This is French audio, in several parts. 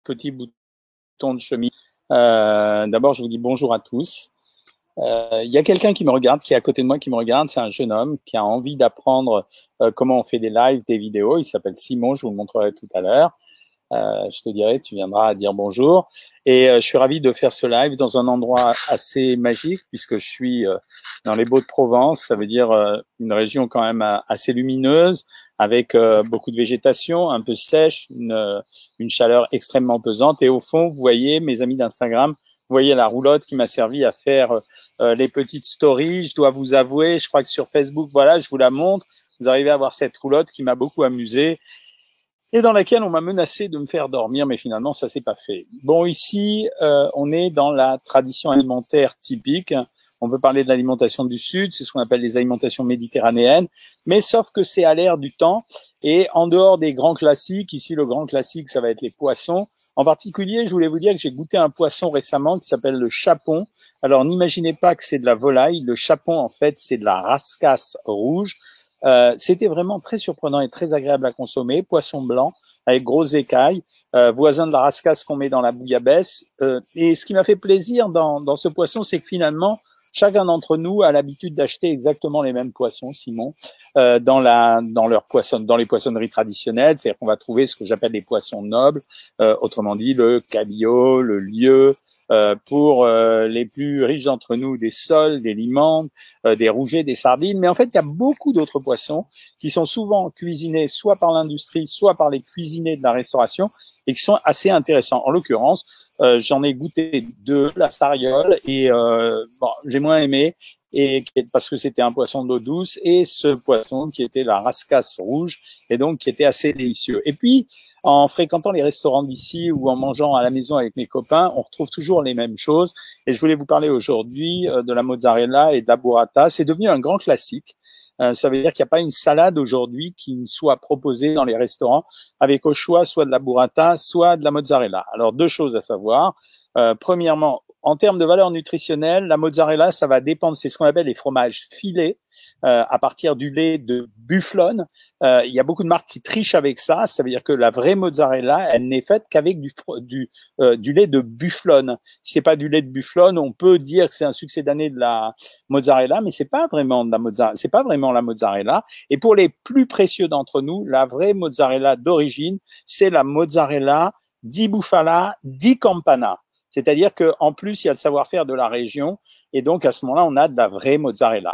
petit bouton de chemise. D'abord, je vous dis bonjour à tous. Il y a quelqu'un qui me regarde, qui est à côté de moi, qui me regarde. C'est un jeune homme qui a envie d'apprendre comment on fait des lives, des vidéos. Il s'appelle Simon, je vous le montrerai tout à l'heure. Je te dirai, tu viendras dire bonjour. Et je suis ravi de faire ce live dans un endroit assez magique puisque je suis dans les Baux-de-Provence. Ça veut dire une région quand même assez lumineuse avec beaucoup de végétation, un peu sèche, une chaleur extrêmement pesante. Et au fond, vous voyez, mes amis d'Instagram, vous voyez la roulotte qui m'a servi à faire les petites stories. Je dois vous avouer, je crois que sur Facebook, voilà, je vous la montre. Vous arrivez à voir cette roulotte qui m'a beaucoup amusé et dans laquelle on m'a menacé de me faire dormir, mais finalement, ça s'est pas fait. Bon, ici, on est dans la tradition alimentaire typique. On peut parler de l'alimentation du Sud, c'est ce qu'on appelle les alimentations méditerranéennes, mais sauf que c'est à l'ère du temps, et en dehors des grands classiques, ici, le grand classique, ça va être les poissons. En particulier, je voulais vous dire que j'ai goûté un poisson récemment qui s'appelle le chapon. Alors, n'imaginez pas que c'est de la volaille. Le chapon, en fait, c'est de la rascasse rouge. C'était vraiment très surprenant et très agréable à consommer. Poisson blanc avec grosses écailles, voisin de la rascasse qu'on met dans la bouillabaisse. Et ce qui m'a fait plaisir dans ce poisson, c'est que finalement, chacun d'entre nous a l'habitude d'acheter exactement les mêmes poissons, Simon, dans les poissonneries traditionnelles. C'est-à-dire qu'on va trouver ce que j'appelle les poissons nobles, autrement dit le cabillaud, le lieu. Pour les plus riches d'entre nous, des sols, des limandes, des rougets, des sardines. Mais en fait, il y a beaucoup d'autres poissons qui sont souvent cuisinés soit par l'industrie, soit par les cuisiniers de la restauration et qui sont assez intéressants. En l'occurrence, j'en ai goûté deux, la stariole, et bon, j'ai moins aimé, et parce que c'était un poisson d'eau douce, et ce poisson qui était la rascasse rouge, et donc qui était assez délicieux. Et puis, en fréquentant les restaurants d'ici ou en mangeant à la maison avec mes copains, on retrouve toujours les mêmes choses. Et je voulais vous parler aujourd'hui de la mozzarella et de la burrata. C'est devenu un grand classique. Ça veut dire qu'il n'y a pas une salade aujourd'hui qui ne soit proposée dans les restaurants avec au choix soit de la burrata, soit de la mozzarella. Alors, deux choses à savoir. Premièrement, en termes de valeur nutritionnelle, la mozzarella, ça va dépendre, c'est ce qu'on appelle les fromages filés, à partir du lait de bufflone. Il y a beaucoup de marques qui trichent avec ça. Ça veut dire que la vraie mozzarella, elle n'est faite qu'avec du lait de bufflone. Si c'est pas du lait de bufflone, on peut dire que c'est un succédané de la mozzarella, mais c'est pas vraiment de la mozzarella. C'est pas vraiment la mozzarella. Et pour les plus précieux d'entre nous, la vraie mozzarella d'origine, c'est la mozzarella di Bufala di Campana. C'est-à-dire que en plus, il y a le savoir-faire de la région, et donc à ce moment-là, on a de la vraie mozzarella.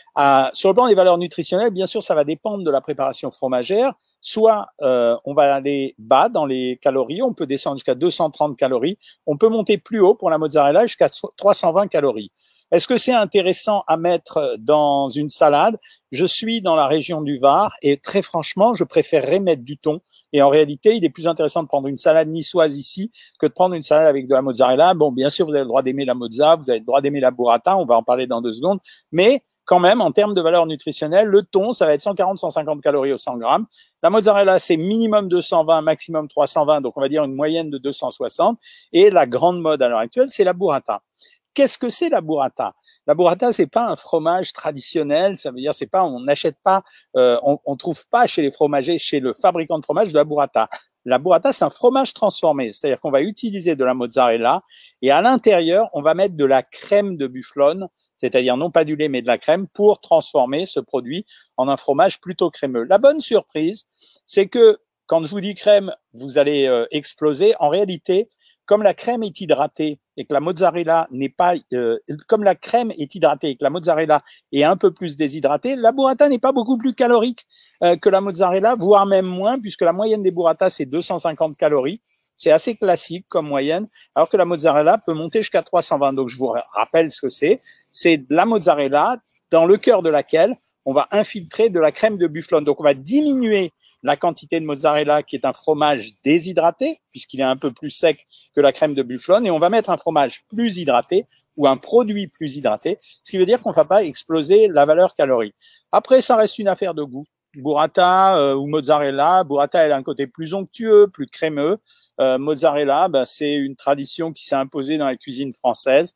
Sur le plan des valeurs nutritionnelles, bien sûr, ça va dépendre de la préparation fromagère. Soit on va aller bas dans les calories, on peut descendre jusqu'à 230 calories. On peut monter plus haut pour la mozzarella jusqu'à 320 calories. Est-ce que c'est intéressant à mettre dans une salade? Je suis dans la région du Var et très franchement, je préférerais mettre du thon. Et en réalité, il est plus intéressant de prendre une salade niçoise ici que de prendre une salade avec de la mozzarella. Bon, bien sûr, vous avez le droit d'aimer la mozza, vous avez le droit d'aimer la burrata, on va en parler dans 2 secondes, mais quand même, en termes de valeur nutritionnelle, le thon, ça va être 140-150 calories au 100 grammes. La mozzarella, c'est minimum 220, maximum 320, donc on va dire une moyenne de 260. Et la grande mode à l'heure actuelle, c'est la burrata. Qu'est-ce que c'est la burrata? La burrata, c'est pas un fromage traditionnel. Ça veut dire, c'est pas, on n'achète pas, on trouve pas chez les fromagers, chez le fabricant de fromage de la burrata. La burrata, c'est un fromage transformé. C'est-à-dire qu'on va utiliser de la mozzarella et à l'intérieur, on va mettre de la crème de bufflone, c'est-à-dire non pas du lait, mais de la crème pour transformer ce produit en un fromage plutôt crémeux. La bonne surprise, c'est que quand je vous dis crème, vous allez exploser. En réalité, comme la crème est hydratée et que la mozzarella n'est pas, comme la crème est hydratée et que la mozzarella est un peu plus déshydratée, la burrata n'est pas beaucoup plus calorique que la mozzarella, voire même moins, puisque la moyenne des burratas c'est 250 calories. C'est assez classique comme moyenne, alors que la mozzarella peut monter jusqu'à 320. Donc je vous rappelle ce que c'est. C'est de la mozzarella dans le cœur de laquelle on va infiltrer de la crème de bufflone. Donc on va diminuer la quantité de mozzarella qui est un fromage déshydraté, puisqu'il est un peu plus sec que la crème de bufflone, et on va mettre un fromage plus hydraté ou un produit plus hydraté, ce qui veut dire qu'on ne va pas exploser la valeur calorique. Après, ça reste une affaire de goût. Burrata ou mozzarella, burrata elle a un côté plus onctueux, plus crémeux. Mozzarella, c'est une tradition qui s'est imposée dans la cuisine française.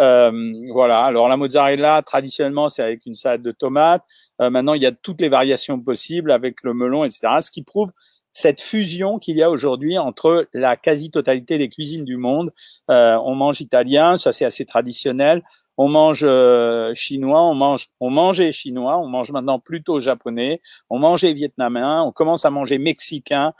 Voilà. Alors la mozzarella, traditionnellement, c'est avec une salade de tomates. Maintenant, il y a toutes les variations possibles avec le melon, etc. Ce qui prouve cette fusion qu'il y a aujourd'hui entre la quasi-totalité des cuisines du monde. On mange italien, ça c'est assez traditionnel. On mange chinois, on mangeait chinois, on mange maintenant plutôt japonais, on mangeait vietnamien, on commence à manger mexicain,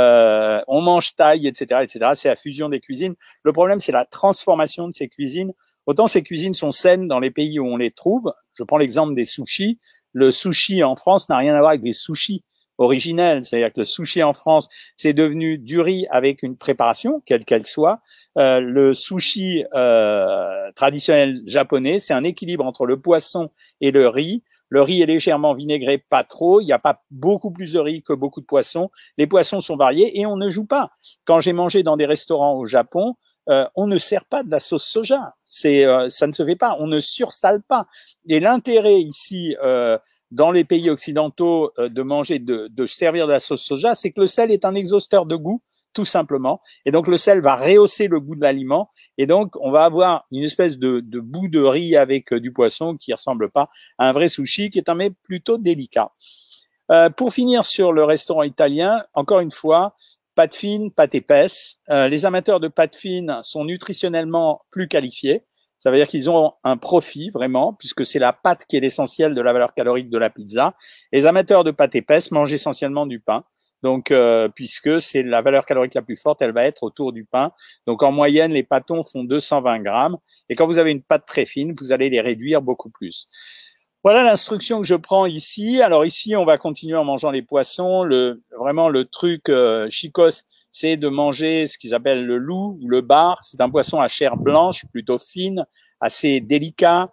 on mange thaï, etc., etc. C'est la fusion des cuisines. Le problème, c'est la transformation de ces cuisines. Autant ces cuisines sont saines dans les pays où on les trouve. Je prends l'exemple des sushis. Le sushi en France n'a rien à voir avec des sushis originels. C'est-à-dire que le sushi en France, c'est devenu du riz avec une préparation, quelle qu'elle soit. Le sushi traditionnel japonais, c'est un équilibre entre le poisson et le riz. Le riz est légèrement vinaigré, pas trop. Il n'y a pas beaucoup plus de riz que beaucoup de poissons. Les poissons sont variés et on ne joue pas. Quand j'ai mangé dans des restaurants au Japon, on ne sert pas de la sauce soja. Ça ne se fait pas. On ne sursale pas. Et l'intérêt ici, dans les pays occidentaux, de manger, de servir de la sauce soja, c'est que le sel est un exhausteur de goût, tout simplement. Et donc, le sel va rehausser le goût de l'aliment. Et donc, on va avoir une espèce de bout de riz avec du poisson qui ressemble pas à un vrai sushi, qui est un mets plutôt délicat. Pour finir sur le restaurant italien, encore une fois, pâte fine, pâte épaisse. Les amateurs de pâte fine sont nutritionnellement plus qualifiés. Ça veut dire qu'ils ont un profit, vraiment, puisque c'est la pâte qui est l'essentiel de la valeur calorique de la pizza. Les amateurs de pâte épaisse mangent essentiellement du pain. Donc, puisque c'est la valeur calorique la plus forte, elle va être autour du pain. Donc, en moyenne, les pâtons font 220 grammes. Et quand vous avez une pâte très fine, vous allez les réduire beaucoup plus. Voilà l'instruction que je prends ici. Alors ici, on va continuer en mangeant les poissons. Vraiment, le truc chicos, c'est de manger ce qu'ils appellent le loup ou le bar. C'est un poisson à chair blanche, plutôt fine, assez délicat.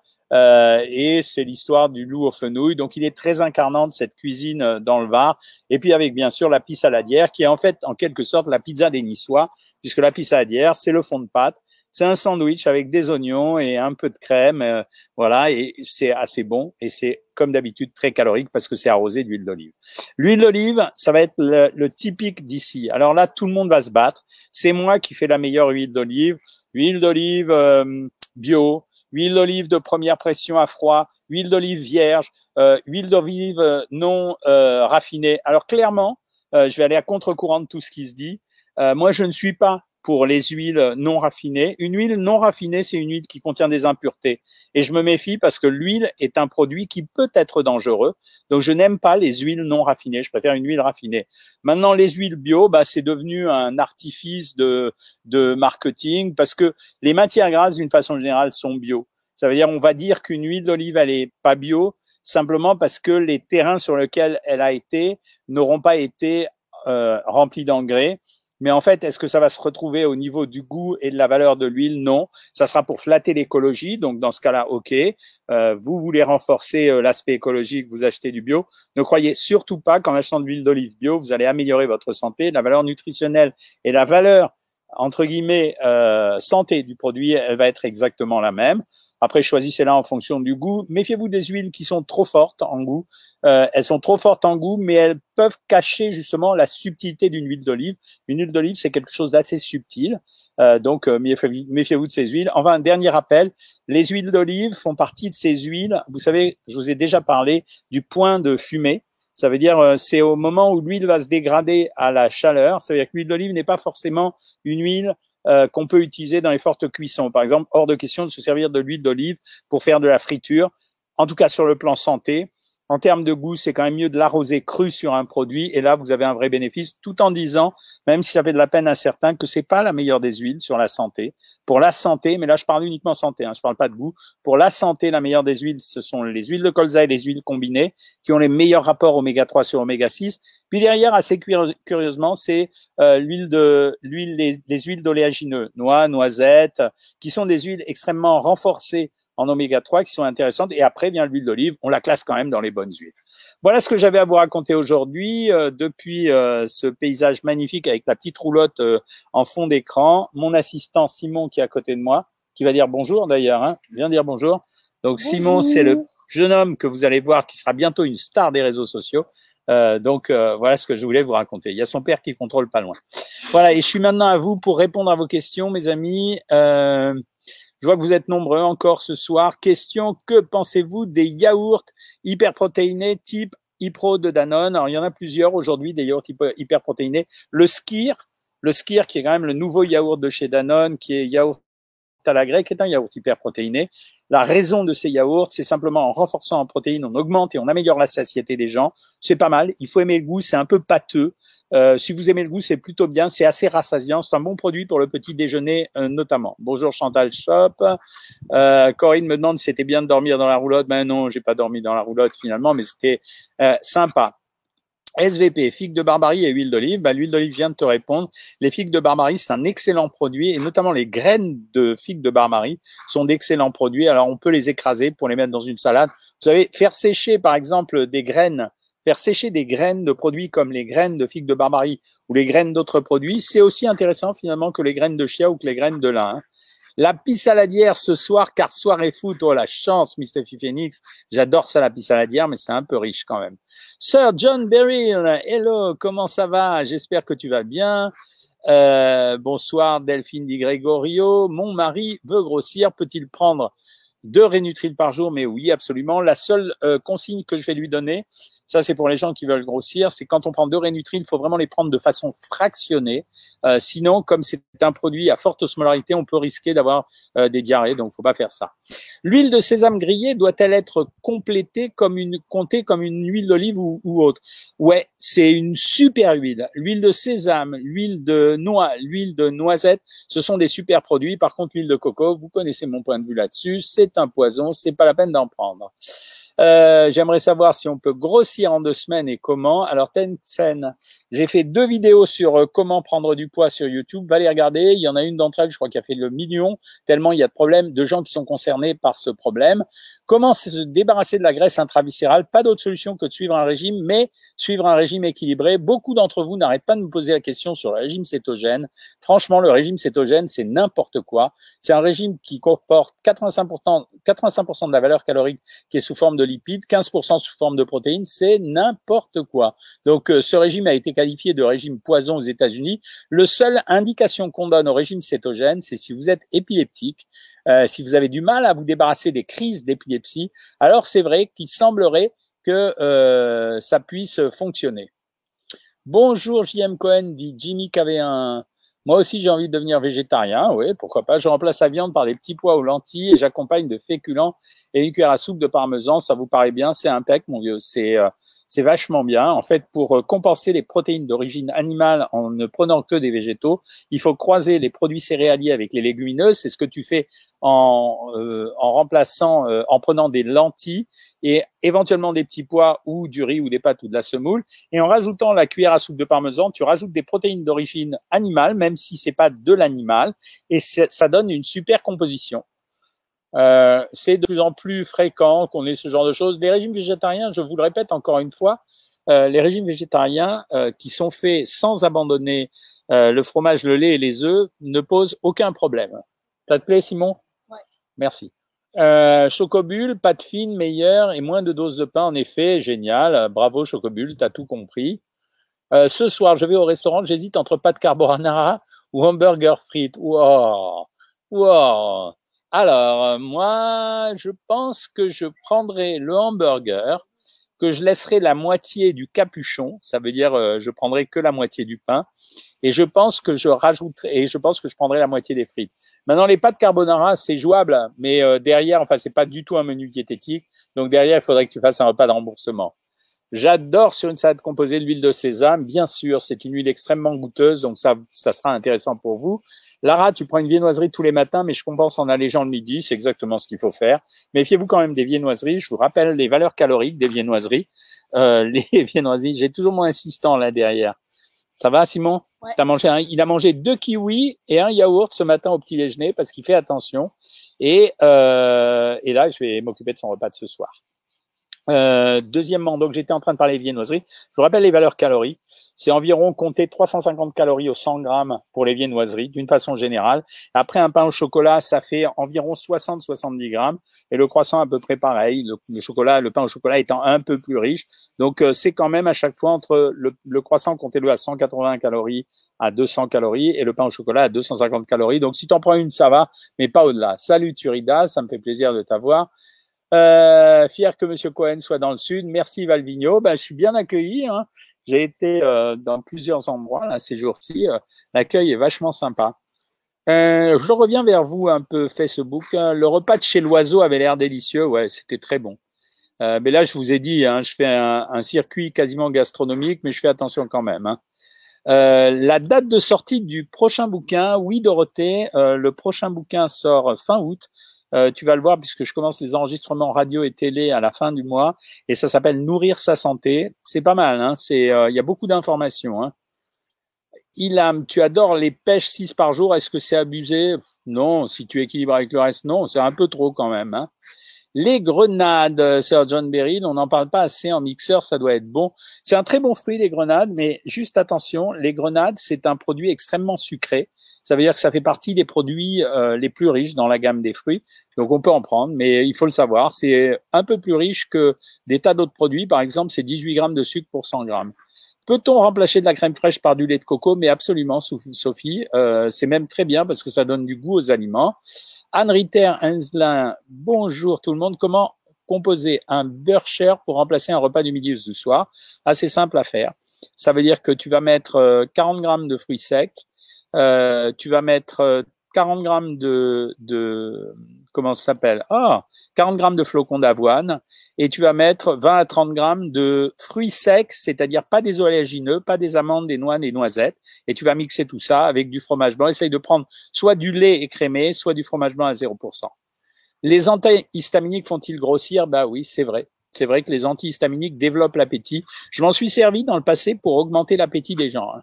Et c'est l'histoire du loup aux fenouilles. Donc, il est très incarnant de cette cuisine dans le Var. Et puis, avec bien sûr la pisse saladière, qui est en fait, en quelque sorte, la pizza des Niçois, puisque la pisse saladière, c'est le fond de pâte. C'est un sandwich avec des oignons et un peu de crème, voilà, et c'est assez bon. Et c'est, comme d'habitude, très calorique parce que c'est arrosé d'huile d'olive. L'huile d'olive, ça va être le typique d'ici. Alors là, tout le monde va se battre. C'est moi qui fais la meilleure huile d'olive. Huile d'olive bio, huile d'olive de première pression à froid, huile d'olive vierge, huile d'olive non raffinée. Alors clairement, je vais aller à contre-courant de tout ce qui se dit. Moi, je ne suis pas pour les huiles non raffinées. Une huile non raffinée, c'est une huile qui contient des impuretés. Et je me méfie parce que l'huile est un produit qui peut être dangereux. Donc, je n'aime pas les huiles non raffinées. Je préfère une huile raffinée. Maintenant, les huiles bio, c'est devenu un artifice de marketing parce que les matières grasses, d'une façon générale, sont bio. Ça veut dire, on va dire qu'une huile d'olive, elle est pas bio, simplement parce que les terrains sur lesquels elle a été n'auront pas été remplis d'engrais. Mais en fait, est-ce que ça va se retrouver au niveau du goût et de la valeur de l'huile? Non. Ça sera pour flatter l'écologie. Donc, dans ce cas-là, OK. Vous voulez renforcer l'aspect écologique, vous achetez du bio. Ne croyez surtout pas qu'en achetant de l'huile d'olive bio, vous allez améliorer votre santé. La valeur nutritionnelle et la valeur, entre guillemets, santé du produit, elle va être exactement la même. Après, choisissez-la en fonction du goût. Méfiez-vous des huiles qui sont trop fortes en goût. Elles sont trop fortes en goût, mais elles peuvent cacher justement la subtilité d'une huile d'olive. Une huile d'olive, c'est quelque chose d'assez subtil. Donc, méfiez-vous de ces huiles. Enfin, un dernier rappel, les huiles d'olive font partie de ces huiles. Vous savez, je vous ai déjà parlé du point de fumée. Ça veut dire, c'est au moment où l'huile va se dégrader à la chaleur. Ça veut dire que l'huile d'olive n'est pas forcément une huile qu'on peut utiliser dans les fortes cuissons. Par exemple, hors de question de se servir de l'huile d'olive pour faire de la friture. En tout cas, sur le plan santé. En termes de goût, c'est quand même mieux de l'arroser cru sur un produit. Et là, vous avez un vrai bénéfice, tout en disant, même si ça fait de la peine à certains, que c'est pas la meilleure des huiles sur la santé. Pour la santé, mais là, je parle uniquement santé, je parle pas de goût. Pour la santé, la meilleure des huiles, ce sont les huiles de colza et les huiles combinées, qui ont les meilleurs rapports oméga 3 sur oméga 6. Puis derrière, assez curieusement, c'est les huiles d'oléagineux, noix, noisettes, qui sont des huiles extrêmement renforcées en oméga 3 qui sont intéressantes. Et après vient l'huile d'olive. On la classe quand même dans les bonnes huiles. Voilà ce que j'avais à vous raconter aujourd'hui depuis ce paysage magnifique avec la petite roulotte en fond d'écran. Mon assistant Simon qui est à côté de moi, qui va dire bonjour d'ailleurs. Viens dire bonjour. Donc bonjour. Simon, c'est le jeune homme que vous allez voir qui sera bientôt une star des réseaux sociaux. Voilà ce que je voulais vous raconter. Il y a son père qui contrôle pas loin. Voilà, et je suis maintenant à vous pour répondre à vos questions, mes amis. Je vois que vous êtes nombreux encore ce soir. Question, que pensez-vous des yaourts hyperprotéinés type ePro de Danone. Alors, il y en a plusieurs aujourd'hui, des yaourts hyper protéinés. Le Skyr qui est quand même le nouveau yaourt de chez Danone, qui est yaourt à la grecque, est un yaourt hyper protéiné. La raison de ces yaourts, c'est simplement en renforçant en protéines, on augmente et on améliore la satiété des gens. C'est pas mal. Il faut aimer le goût, c'est un peu pâteux. Si vous aimez le goût, c'est plutôt bien. C'est assez rassasiant. C'est un bon produit pour le petit déjeuner, notamment. Bonjour Chantal Shop. Corinne me demande si c'était bien de dormir dans la roulotte. Ben non, j'ai pas dormi dans la roulotte finalement, mais c'était sympa. SVP, figues de Barbarie et huile d'olive. Ben, l'huile d'olive vient de te répondre. Les figues de Barbarie, c'est un excellent produit et notamment les graines de figues de Barbarie sont d'excellents produits. Alors, on peut les écraser pour les mettre dans une salade. Vous savez, faire sécher, par exemple, faire sécher des graines de produits comme les graines de figues de Barbarie ou les graines d'autres produits, c'est aussi intéressant finalement que les graines de chia ou que les graines de lin. Hein. La pissaladière ce soir, car soirée foot, oh la chance, Mr. Phoenix. J'adore ça, la pissaladière, mais c'est un peu riche quand même. Sir John Beryl, hello, comment ça va? J'espère que tu vas bien. Bonsoir Delphine Di Gregorio. Mon mari veut grossir, peut-il prendre 2 Rénutril par jour? Mais oui, absolument. La seule consigne que je vais lui donner, ça c'est pour les gens qui veulent grossir, c'est quand on prend 2 Rénutril, il faut vraiment les prendre de façon fractionnée. Sinon, comme c'est un produit à forte osmolarité, on peut risquer d'avoir des diarrhées, donc faut pas faire ça. L'huile de sésame grillée doit-elle être comptée comme une huile d'olive ou autre? Ouais, c'est une super huile. L'huile de sésame, l'huile de noix, l'huile de noisette, ce sont des super produits. Par contre, l'huile de coco, vous connaissez mon point de vue là-dessus, c'est un poison, c'est pas la peine d'en prendre. J'aimerais savoir si on peut grossir en 2 semaines et comment. Alors Tencent, j'ai fait 2 vidéos sur comment prendre du poids sur YouTube. Va les regarder. Il y en a une d'entre elles, je crois, qui a fait le million, tellement il y a de problèmes de gens qui sont concernés par ce problème. Comment se débarrasser de la graisse intraviscérale? Pas d'autre solution que de suivre un régime, mais suivre un régime équilibré. Beaucoup d'entre vous n'arrêtent pas de me poser la question sur le régime cétogène. Franchement, le régime cétogène, c'est n'importe quoi. C'est un régime qui comporte 85% de la valeur calorique qui est sous forme de lipides, 15% sous forme de protéines. C'est n'importe quoi. Donc, ce régime a été qualifié de régime poison aux États-Unis. Le seul indication qu'on donne au régime cétogène, c'est si vous êtes épileptique, si vous avez du mal à vous débarrasser des crises d'épilepsie, alors c'est vrai qu'il semblerait que ça puisse fonctionner. Bonjour JM Cohen, dit Jimmy KV1. Moi aussi j'ai envie de devenir végétarien, oui, pourquoi pas. Je remplace la viande par des petits pois aux lentilles et j'accompagne de féculents et une cuillère à soupe de parmesan. Ça vous paraît bien? C'est impec, mon vieux. C'est vachement bien. En fait, pour compenser les protéines d'origine animale en ne prenant que des végétaux, il faut croiser les produits céréaliers avec les légumineuses. C'est ce que tu fais en remplaçant, en prenant des lentilles et éventuellement des petits pois ou du riz ou des pâtes ou de la semoule. Et en rajoutant la cuillère à soupe de parmesan, tu rajoutes des protéines d'origine animale, même si c'est pas de l'animal, et ça donne une super composition. C'est de plus en plus fréquent qu'on ait ce genre de choses. Les régimes végétariens, je vous le répète encore une fois, les régimes végétariens qui sont faits sans abandonner le fromage, le lait et les œufs ne posent aucun problème. Ça te plaît, Simon? Ouais. Merci. Chocobule, pâte fine, meilleure et moins de doses de pain, en effet, génial. Bravo Chocobule, t'as tout compris. Ce soir, je vais au restaurant, j'hésite entre pâte carbonara ou hamburger frites. Wow, wow. Alors, moi, je pense que je prendrai le hamburger, que je laisserai la moitié du capuchon, ça veut dire je prendrai que la moitié du pain, et je pense que je prendrai la moitié des frites. Maintenant, les pâtes carbonara, c'est jouable, mais derrière, enfin, c'est pas du tout un menu diététique, donc derrière, il faudrait que tu fasses un repas de remboursement. J'adore sur une salade composée de l'huile de sésame, bien sûr, c'est une huile extrêmement goûteuse, donc ça sera intéressant pour vous. Lara, tu prends une viennoiserie tous les matins, mais je compense en allégeant le midi, c'est exactement ce qu'il faut faire. Méfiez-vous quand même des viennoiseries, je vous rappelle les valeurs caloriques des viennoiseries. Les viennoiseries, j'ai toujours mon insistant là derrière. Ça va, Simon? Ouais. Il a mangé 2 kiwis et un yaourt ce matin au petit déjeuner parce qu'il fait attention. Et là, je vais m'occuper de son repas de ce soir. Deuxièmement, donc j'étais en train de parler des viennoiseries. Je vous rappelle les valeurs caloriques. C'est environ compter 350 calories au 100 grammes pour les viennoiseries, d'une façon générale. Après, un pain au chocolat, ça fait environ 60-70 grammes. Et le croissant, à peu près pareil. Le pain au chocolat étant un peu plus riche. Donc, c'est quand même à chaque fois entre le croissant, comptez-le à 180 calories, à 200 calories, et le pain au chocolat à 250 calories. Donc, si t'en prends une, ça va, mais pas au-delà. Salut Turida, ça me fait plaisir de t'avoir. Fier que Monsieur Cohen soit dans le sud. Merci Valvigno. Ben, je suis bien accueilli. Hein. J'ai été dans plusieurs endroits là, ces jours-ci. L'accueil est vachement sympa. Je reviens vers vous un peu Facebook. Le repas de chez l'oiseau avait l'air délicieux. Ouais, c'était très bon. Mais là, je vous ai dit, hein, je fais un circuit quasiment gastronomique, mais je fais attention quand même. Hein. La date de sortie du prochain bouquin, oui Dorothée, le prochain bouquin sort fin août. Tu vas le voir puisque je commence les enregistrements radio et télé à la fin du mois et ça s'appelle Nourrir sa santé. C'est pas mal, hein. Il y a beaucoup d'informations. Hein. Ilham, tu adores les pêches 6 par jour. Est-ce que c'est abusé? Non, si tu équilibres avec le reste, non, c'est un peu trop quand même. Hein. Les grenades, Sir John Beryl, on n'en parle pas assez en mixeur, ça doit être bon. C'est un très bon fruit, les grenades, mais juste attention, les grenades, c'est un produit extrêmement sucré. Ça veut dire que ça fait partie des produits les plus riches dans la gamme des fruits. Donc on peut en prendre, mais il faut le savoir, c'est un peu plus riche que des tas d'autres produits. Par exemple, c'est 18 grammes de sucre pour 100 grammes. Peut-on remplacer de la crème fraîche par du lait de coco? Mais absolument, Sophie. C'est même très bien parce que ça donne du goût aux aliments. Anne Ritter Henslin, bonjour tout le monde. Comment composer un beurre cher pour remplacer un repas du midi ou du soir? Assez simple à faire. Ça veut dire que tu vas mettre 40 grammes de fruits secs, tu vas mettre 40 grammes de comment ça s'appelle? 40 grammes de flocons d'avoine et tu vas mettre 20 à 30 grammes de fruits secs, c'est-à-dire pas des oléagineux, pas des amandes, des noix, des noisettes, et tu vas mixer tout ça avec du fromage blanc. Essaye de prendre soit du lait écrémé, soit du fromage blanc à 0%. Les antihistaminiques font-ils grossir? Bah oui, c'est vrai. C'est vrai que les antihistaminiques développent l'appétit. Je m'en suis servi dans le passé pour augmenter l'appétit des gens.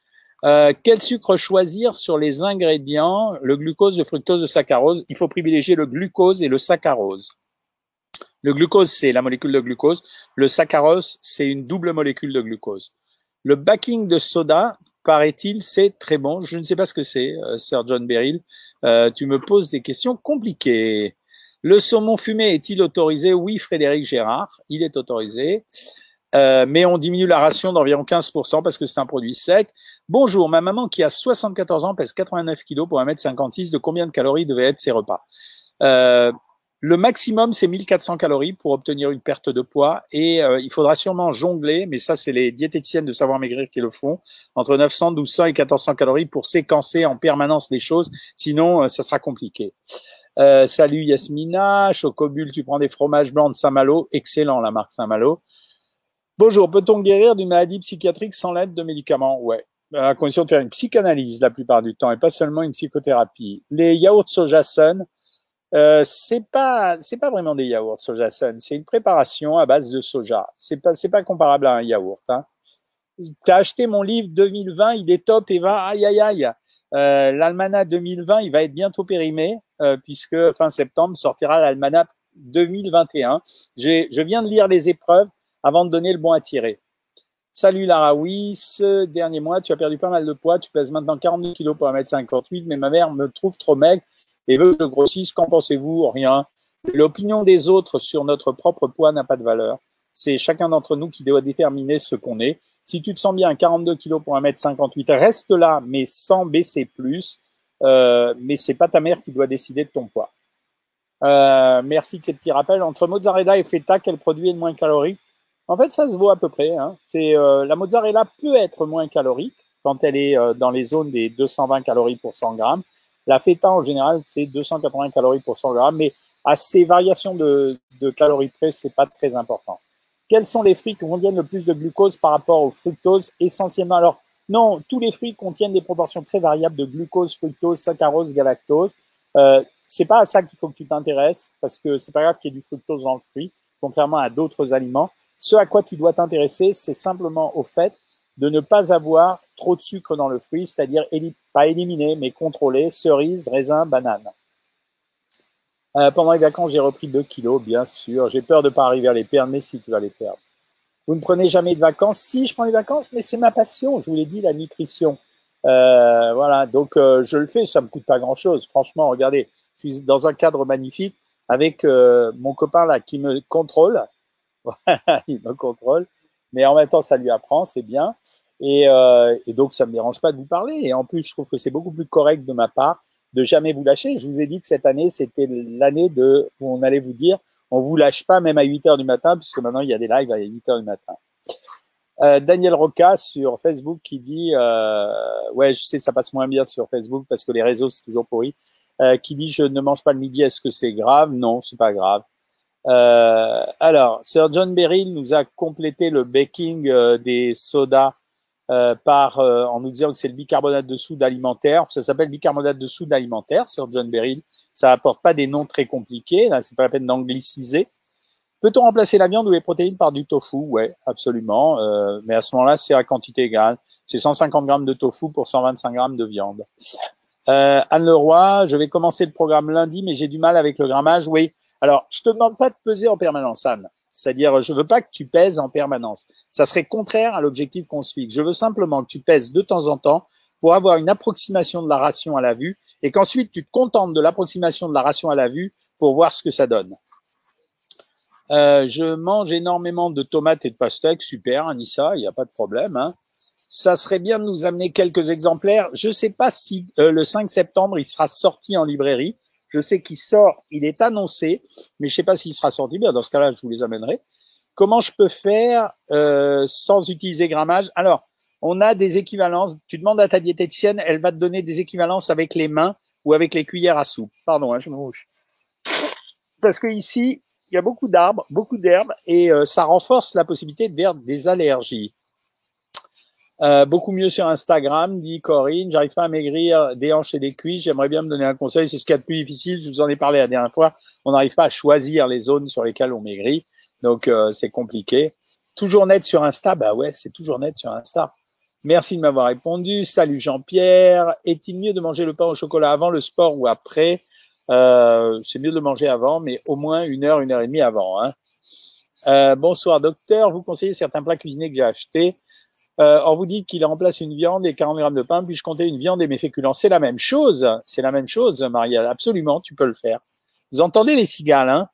Quel sucre choisir sur les ingrédients? Le glucose, le fructose, le saccharose. Il faut privilégier le glucose et le saccharose. Le glucose, c'est la molécule de glucose. Le saccharose, c'est une double molécule de glucose. Le baking de soda, paraît-il, c'est très bon. Je ne sais pas ce que c'est, Sir John Beryl. Tu me poses des questions compliquées. Le saumon fumé est-il autorisé? Oui, Frédéric Gérard, il est autorisé. Mais on diminue la ration d'environ 15% parce que c'est un produit sec. Bonjour, ma maman qui a 74 ans pèse 89 kilos pour 1m56. De combien de calories devaient être ses repas? Le maximum, c'est 1400 calories pour obtenir une perte de poids et il faudra sûrement jongler, mais ça, c'est les diététiciennes de Savoir Maigrir qui le font, entre 900, 1200 et 1400 calories pour séquencer en permanence les choses. Sinon, ça sera compliqué. Salut Yasmina, Chocobule, tu prends des fromages blancs de Saint-Malo. Excellent, la marque Saint-Malo. Bonjour, peut-on guérir d'une maladie psychiatrique sans l'aide de médicaments? Ouais, à condition de faire une psychanalyse la plupart du temps et pas seulement une psychothérapie. Les yaourts soja sun, c'est pas vraiment des yaourts soja sun, c'est une préparation à base de soja. C'est pas comparable à un yaourt. Hein. T'as acheté mon livre 2020, il est top et va aïe aïe aïe. L'almanach 2020, il va être bientôt périmé puisque fin septembre sortira l'almanach 2021. Je viens de lire les épreuves avant de donner le bon à tirer. Salut Lara, oui, ce dernier mois, tu as perdu pas mal de poids, tu pèses maintenant 42 kilos pour 1m58, mais ma mère me trouve trop maigre et veut que je grossisse. Qu'en pensez-vous? Rien. L'opinion des autres sur notre propre poids n'a pas de valeur. C'est chacun d'entre nous qui doit déterminer ce qu'on est. Si tu te sens bien à 42 kilos pour 1m58, reste là, mais sans baisser plus. Mais c'est pas ta mère qui doit décider de ton poids. Merci de ces petits rappels. Entre mozzarella et feta, quel produit est le moins calorique? En fait, ça se vaut à peu près. Hein. La mozzarella peut être moins calorique quand elle est dans les zones des 220 calories pour 100 grammes. La feta, en général, fait 280 calories pour 100 grammes, mais à ces variations de calories près, c'est pas très important. Quels sont les fruits qui contiennent le plus de glucose par rapport au fructose? Essentiellement, alors, non, tous les fruits contiennent des proportions très variables de glucose, fructose, saccharose, galactose. C'est pas à ça qu'il faut que tu t'intéresses, parce que c'est pas grave qu'il y ait du fructose dans le fruit, contrairement à d'autres aliments. Ce à quoi tu dois t'intéresser, c'est simplement au fait de ne pas avoir trop de sucre dans le fruit, c'est-à-dire pas éliminer, mais contrôler cerises, raisins, bananes. Pendant les vacances, j'ai repris 2 kilos, bien sûr. J'ai peur de ne pas arriver à les perdre, mais si tu vas les perdre. Vous ne prenez jamais de vacances? Si, je prends des vacances, mais c'est ma passion. Je vous l'ai dit, la nutrition. Voilà, donc je le fais, ça me coûte pas grand-chose. Franchement, regardez, je suis dans un cadre magnifique avec mon copain là qui me contrôle. Il me contrôle, mais en même temps, ça lui apprend, c'est bien. Et donc, ça me dérange pas de vous parler. Et en plus, je trouve que c'est beaucoup plus correct de ma part de jamais vous lâcher. Je vous ai dit que cette année, c'était l'année où on allait vous dire, On vous lâche pas même à 8 heures du matin, puisque maintenant il y a des lives à 8 heures du matin. Daniel Roca sur Facebook qui dit ouais, je sais, ça passe moins bien sur Facebook parce que les réseaux c'est toujours pourri. Qui dit je ne mange pas le midi, est-ce que c'est grave? Non, c'est pas grave. Alors, Sir John Beryl nous a complété le baking des sodas en nous disant que c'est le bicarbonate de soude alimentaire. Ça s'appelle bicarbonate de soude alimentaire, Sir John Beryl. Ça apporte pas des noms très compliqués. Là, c'est pas la peine d'angliciser. Peut-on remplacer la viande ou les protéines par du tofu? Ouais, absolument. Mais à ce moment-là, c'est à quantité égale. C'est 150 grammes de tofu pour 125 grammes de viande. Anne Leroy, je vais commencer le programme lundi, mais j'ai du mal avec le grammage. Oui. Alors, je te demande pas de peser en permanence, Anne. C'est-à-dire, je veux pas que tu pèses en permanence. Ça serait contraire à l'objectif qu'on se fixe. Je veux simplement que tu pèses de temps en temps pour avoir une approximation de la ration à la vue et qu'ensuite tu te contentes de l'approximation de la ration à la vue pour voir ce que ça donne. Je mange énormément de tomates et de pastèques. Super, Anissa, il n'y a pas de problème. Hein. Ça serait bien de nous amener quelques exemplaires. Je ne sais pas si le 5 septembre, il sera sorti en librairie. Je sais qu'il sort, il est annoncé, mais je ne sais pas s'il sera sorti. Bien, dans ce cas-là, je vous les amènerai. Comment je peux faire sans utiliser grammage? Alors, on a des équivalences. Tu demandes à ta diététicienne, elle va te donner des équivalences avec les mains ou avec les cuillères à soupe. Pardon, hein, je me rouge. Parce que ici, il y a beaucoup d'arbres, beaucoup d'herbes, et ça renforce la possibilité de faire des allergies. Beaucoup mieux sur Instagram, dit Corinne. J'arrive pas à maigrir des hanches et des cuisses. J'aimerais bien me donner un conseil. C'est ce qu'il y a de plus difficile. Je vous en ai parlé la dernière fois. On n'arrive pas à choisir les zones sur lesquelles on maigrit. Donc, c'est compliqué. Toujours net sur Insta? Bah ouais, c'est toujours net sur Insta. Merci de m'avoir répondu. Salut Jean-Pierre. Est-il mieux de manger le pain au chocolat avant le sport ou après? C'est mieux de le manger avant, mais au moins 1 heure, 1 heure et demie avant. Hein. Bonsoir docteur. Vous conseillez certains plats cuisinés que j'ai achetés. On vous dit qu'il remplace une viande et 40 grammes de pain, puis je comptais une viande et mes féculents. C'est la même chose. C'est la même chose, Marielle. Absolument, tu peux le faire. Vous entendez les cigales, hein?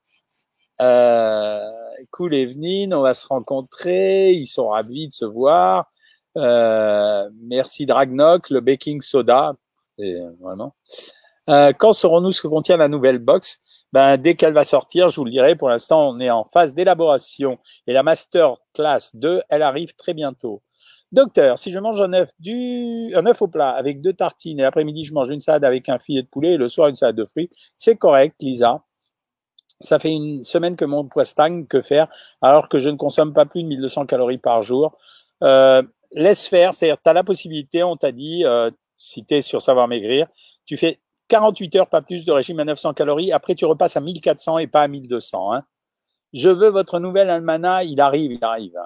Cool, Evelyne, on va se rencontrer. Ils sont ravis de se voir. Merci Dragnok, le baking soda. Et, vraiment. Quand saurons-nous ce que contient la nouvelle box? Ben, dès qu'elle va sortir, je vous le dirai. Pour l'instant, on est en phase d'élaboration. Et la Master Class 2, elle arrive très bientôt. Docteur, si je mange un œuf au plat avec 2 tartines et l'après-midi, je mange une salade avec un filet de poulet et le soir, une salade de fruits, c'est correct, Lisa. Ça fait une semaine que mon poids stagne. Que faire alors que je ne consomme pas plus de 1200 calories par jour? Laisse faire. C'est-à-dire, tu as la possibilité, on t'a dit, si tu es sur Savoir Maigrir, tu fais 48 heures, pas plus, de régime à 900 calories. Après, tu repasses à 1400 et pas à 1200. Hein. Je veux votre nouvel almanach. Il arrive.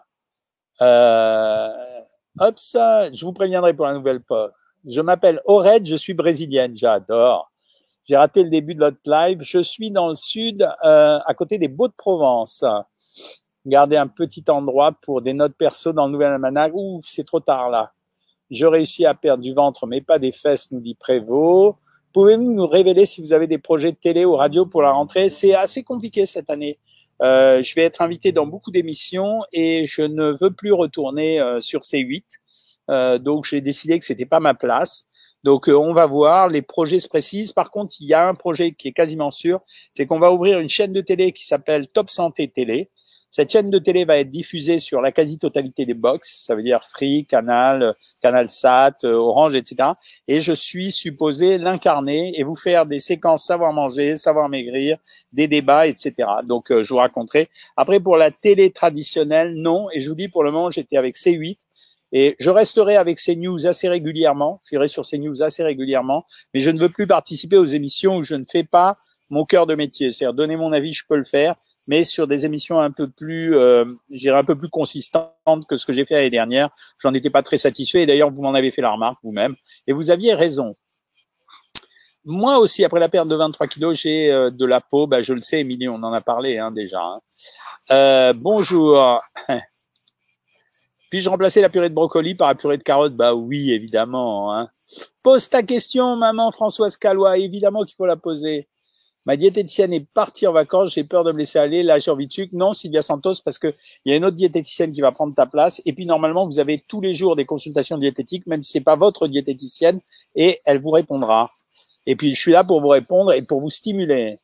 Hop, ça, je vous préviendrai pour la nouvelle pause. Je m'appelle Aurette, je suis brésilienne. J'adore. J'ai raté le début de votre live. Je suis dans le sud, à côté des Baux-de-Provence. Gardez un petit endroit pour des notes perso dans le nouvel almanach. Ouh, c'est trop tard là. Je réussis à perdre du ventre, mais pas des fesses, nous dit Prévost. Pouvez-vous nous révéler si vous avez des projets de télé ou radio pour la rentrée? C'est assez compliqué cette année. Je vais être invité dans beaucoup d'émissions et je ne veux plus retourner sur C8. Donc, j'ai décidé que c'était pas ma place. Donc, on va voir. Les projets se précisent. Par contre, il y a un projet qui est quasiment sûr. C'est qu'on va ouvrir une chaîne de télé qui s'appelle Top Santé Télé. Cette chaîne de télé va être diffusée sur la quasi-totalité des box, ça veut dire Free, Canal, CanalSat, Orange, etc. Et je suis supposé l'incarner et vous faire des séquences savoir manger, savoir maigrir, des débats, etc. Donc, je vous raconterai. Après, pour la télé traditionnelle, non. Et je vous dis, pour le moment, j'étais avec C8. Et je resterai avec CNews assez régulièrement. J'irai sur CNews assez régulièrement. Mais je ne veux plus participer aux émissions où je ne fais pas mon cœur de métier. C'est-à-dire, donner mon avis, je peux le faire, mais sur des émissions un peu plus, je dirais un peu plus consistantes que ce que j'ai fait l'année dernière. J'en étais pas très satisfait. Et d'ailleurs, vous m'en avez fait la remarque vous-même. Et vous aviez raison. Moi aussi, après la perte de 23 kilos, j'ai de la peau. Ben, je le sais, Émilie, on en a parlé déjà. Hein. Bonjour. Puis-je remplacer la purée de brocoli par la purée de carottes? Bah oui, évidemment. Hein. Pose ta question, maman Françoise Calois. Évidemment qu'il faut la poser. Ma diététicienne est partie en vacances, j'ai peur de me laisser aller, là j'ai envie de sucre. Non, Sylvia Santos, parce que il y a une autre diététicienne qui va prendre ta place. Et puis normalement, vous avez tous les jours des consultations diététiques, même si c'est pas votre diététicienne, et elle vous répondra. Et puis je suis là pour vous répondre et pour vous stimuler.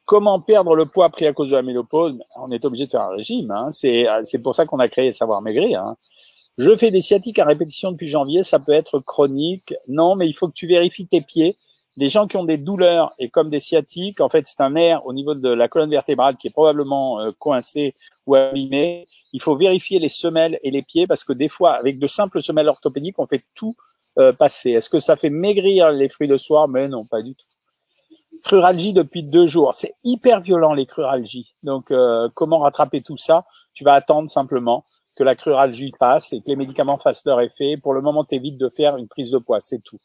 Comment perdre le poids pris à cause de la ménopause? On est obligé de faire un régime. Hein. C'est pour ça qu'on a créé Savoir Maigrir. Hein. Je fais des sciatiques à répétition depuis janvier, ça peut être chronique. Non, mais il faut que tu vérifies tes pieds. Les gens qui ont des douleurs et comme des sciatiques, en fait, c'est un nerf au niveau de la colonne vertébrale qui est probablement coincé ou abîmé. Il faut vérifier les semelles et les pieds parce que des fois, avec de simples semelles orthopédiques, on fait tout passer. Est-ce que ça fait maigrir les fruits le soir? Mais non, pas du tout. Cruralgie depuis 2 jours. C'est hyper violent, les cruralgies. Donc, comment rattraper tout ça? Tu vas attendre simplement que la cruralgie passe et que les médicaments fassent leur effet. Pour le moment, t'évites de faire une prise de poids, c'est tout.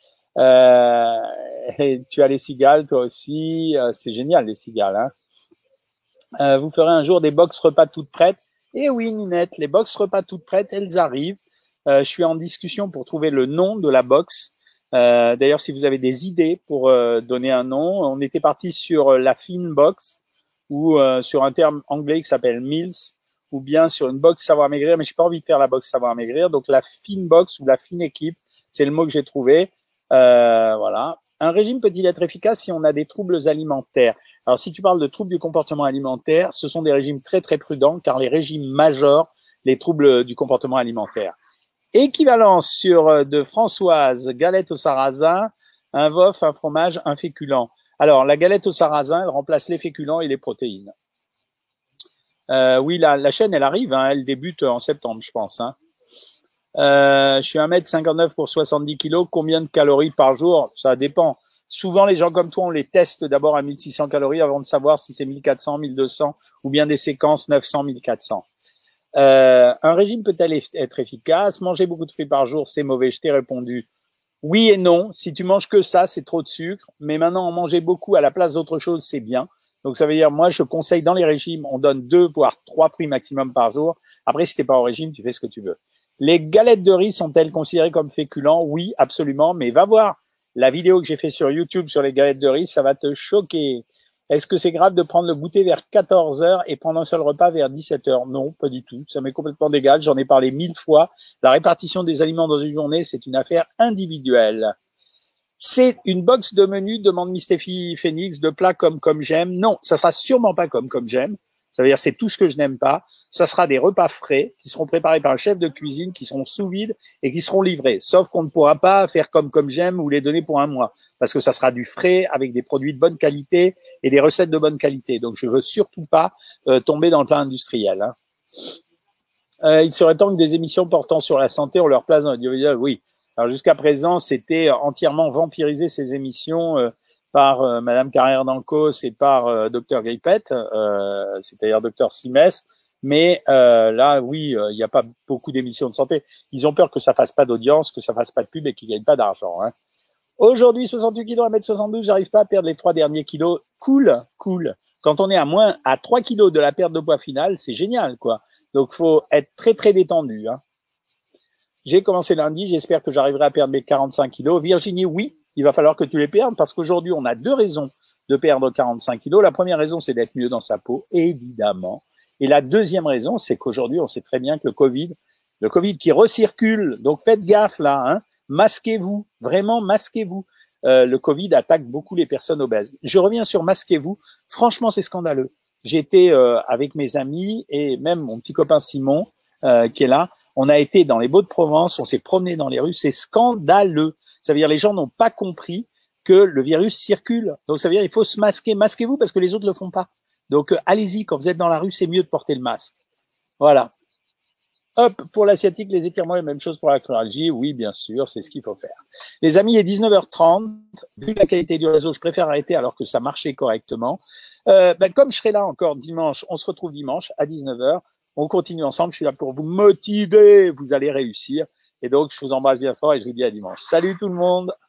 Et tu as les cigales, toi aussi. C'est génial, les cigales. Hein. Vous ferez un jour des box repas toutes prêtes. Eh oui, Ninette, les box repas toutes prêtes, elles arrivent. Je suis en discussion pour trouver le nom de la box. D'ailleurs, si vous avez des idées pour donner un nom, on était parti sur la fine box ou sur un terme anglais qui s'appelle Meals ou bien sur une box Savoir Maigrir, mais j'ai pas envie de faire la box Savoir Maigrir. Donc la fine box ou la fine équipe, c'est le mot que j'ai trouvé. Voilà. Un régime peut-il être efficace si on a des troubles alimentaires? Alors, si tu parles de troubles du comportement alimentaire, ce sont des régimes très très prudents car les régimes majorent les troubles du comportement alimentaire. Équivalence sur de Françoise, galette au sarrasin, un veuf, un fromage, un féculent. Alors, la galette au sarrasin, elle remplace les féculents et les protéines. Oui, la chaîne, elle arrive, hein, elle débute en septembre, je pense. Hein. Je suis 1m59 pour 70 kilos. Combien de calories par jour? Ça dépend. Souvent, les gens comme toi, on les teste d'abord à 1600 calories avant de savoir si c'est 1400, 1200 ou bien des séquences 900, 1400. Un régime peut-elle être efficace? Manger beaucoup de fruits par jour, c'est mauvais. Je t'ai répondu oui et non. Si tu manges que ça, c'est trop de sucre. Mais maintenant, en manger beaucoup à la place d'autre chose, c'est bien. Donc, ça veut dire, moi, je conseille dans les régimes, on donne 2 voire 3 fruits maximum par jour. Après, si t'es pas au régime, tu fais ce que tu veux. Les galettes de riz sont-elles considérées comme féculents? Oui, absolument. Mais va voir la vidéo que j'ai fait sur YouTube sur les galettes de riz, ça va te choquer. Est-ce que c'est grave de prendre le goûter vers 14 heures et prendre un seul repas vers 17 heures? Non, pas du tout. Ça m'est complètement d'égal. J'en ai parlé 1000 fois. La répartition des aliments dans une journée, c'est une affaire individuelle. C'est une box de menu, demande Miss Stéphie Phoenix, de plats comme j'aime. Non, ça sera sûrement pas comme j'aime. Ça veut dire c'est tout ce que je n'aime pas. Ça sera des repas frais qui seront préparés par un chef de cuisine, qui seront sous vide et qui seront livrés. Sauf qu'on ne pourra pas faire comme j'aime ou les donner pour un mois parce que ça sera du frais avec des produits de bonne qualité et des recettes de bonne qualité. Donc je veux surtout pas tomber dans le plat industriel. Hein. Il serait temps que des émissions portant sur la santé ont leur place dans l'audiovisuel. Oui. Alors jusqu'à présent, c'était entièrement vampirisé ces émissions par Madame Carrère d'Ancos et par Dr Gripette, c'est-à-dire Dr Simès. Mais là, oui, il n'y a pas beaucoup d'émissions de santé. Ils ont peur que ça fasse pas d'audience, que ça fasse pas de pub et qu'ils gagnent pas d'argent. Hein. Aujourd'hui, 68 kilos, 1m72, j'arrive pas à perdre les 3 derniers kilos. Cool. Quand on est à 3 kilos de la perte de poids finale, c'est génial, quoi. Donc, faut être très, très détendu. Hein. J'ai commencé lundi, j'espère que j'arriverai à perdre mes 45 kilos. Virginie, oui, il va falloir que tu les perdes parce qu'aujourd'hui, on a 2 raisons de perdre 45 kilos. La première raison, c'est d'être mieux dans sa peau, évidemment. Et la deuxième raison, c'est qu'aujourd'hui, on sait très bien que le Covid qui recircule, donc faites gaffe là, hein, masquez-vous, vraiment masquez-vous. Le Covid attaque beaucoup les personnes obèses. Je reviens sur masquez-vous. Franchement, c'est scandaleux. J'étais avec mes amis et même mon petit copain Simon qui est là. On a été dans les Baux-de-Provence, on s'est promené dans les rues. C'est scandaleux. Ça veut dire les gens n'ont pas compris que le virus circule. Donc ça veut dire il faut se masquer. Masquez-vous parce que les autres le font pas. Donc allez-y, quand vous êtes dans la rue, c'est mieux de porter le masque. Voilà. Hop, pour l'asiatique, les étirements, la même chose pour la cruralgie. Oui, bien sûr, c'est ce qu'il faut faire. Les amis, il est 19h30. Vu la qualité du réseau, je préfère arrêter alors que ça marchait correctement. Comme je serai là encore dimanche, on se retrouve dimanche à 19h. On continue ensemble. Je suis là pour vous motiver. Vous allez réussir. Et donc, je vous embrasse bien fort et je vous dis à dimanche. Salut tout le monde.